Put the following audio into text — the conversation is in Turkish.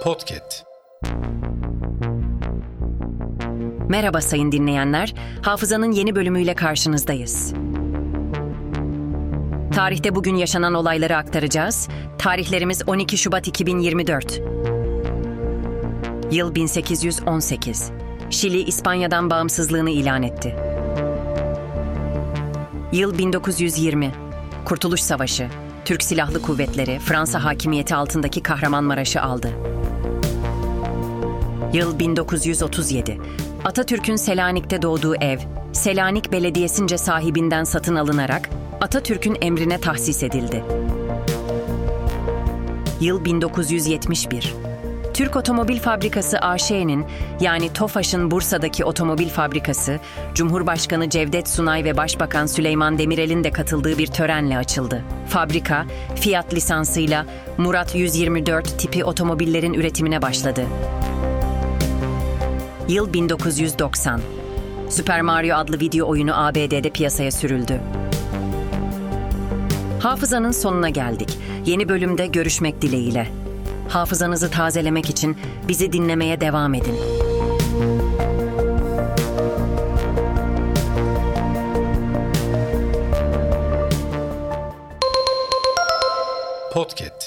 Podcast. Merhaba sayın dinleyenler, Hafızanın yeni bölümüyle karşınızdayız. Tarihte bugün yaşanan olayları aktaracağız. Tarihlerimiz 12 Şubat 2024. Yıl 1818. Şili, İspanya'dan bağımsızlığını ilan etti. Yıl 1920. Kurtuluş Savaşı. Türk Silahlı Kuvvetleri, Fransa hakimiyeti altındaki Kahramanmaraş'ı aldı. Yıl 1937. Atatürk'ün Selanik'te doğduğu ev, Selanik Belediyesi'nce sahibinden satın alınarak Atatürk'ün emrine tahsis edildi. Yıl 1971. Türk Otomobil Fabrikası A.Ş.'nin yani TOFAŞ'ın Bursa'daki otomobil fabrikası, Cumhurbaşkanı Cevdet Sunay ve Başbakan Süleyman Demirel'in de katıldığı bir törenle açıldı. Fabrika, Fiat lisansıyla Murat 124 tipi otomobillerin üretimine başladı. Yıl 1990. Super Mario adlı video oyunu ABD'de piyasaya sürüldü. Hafızanın sonuna geldik. Yeni bölümde görüşmek dileğiyle. Hafızanızı tazelemek için bizi dinlemeye devam edin. Podcast.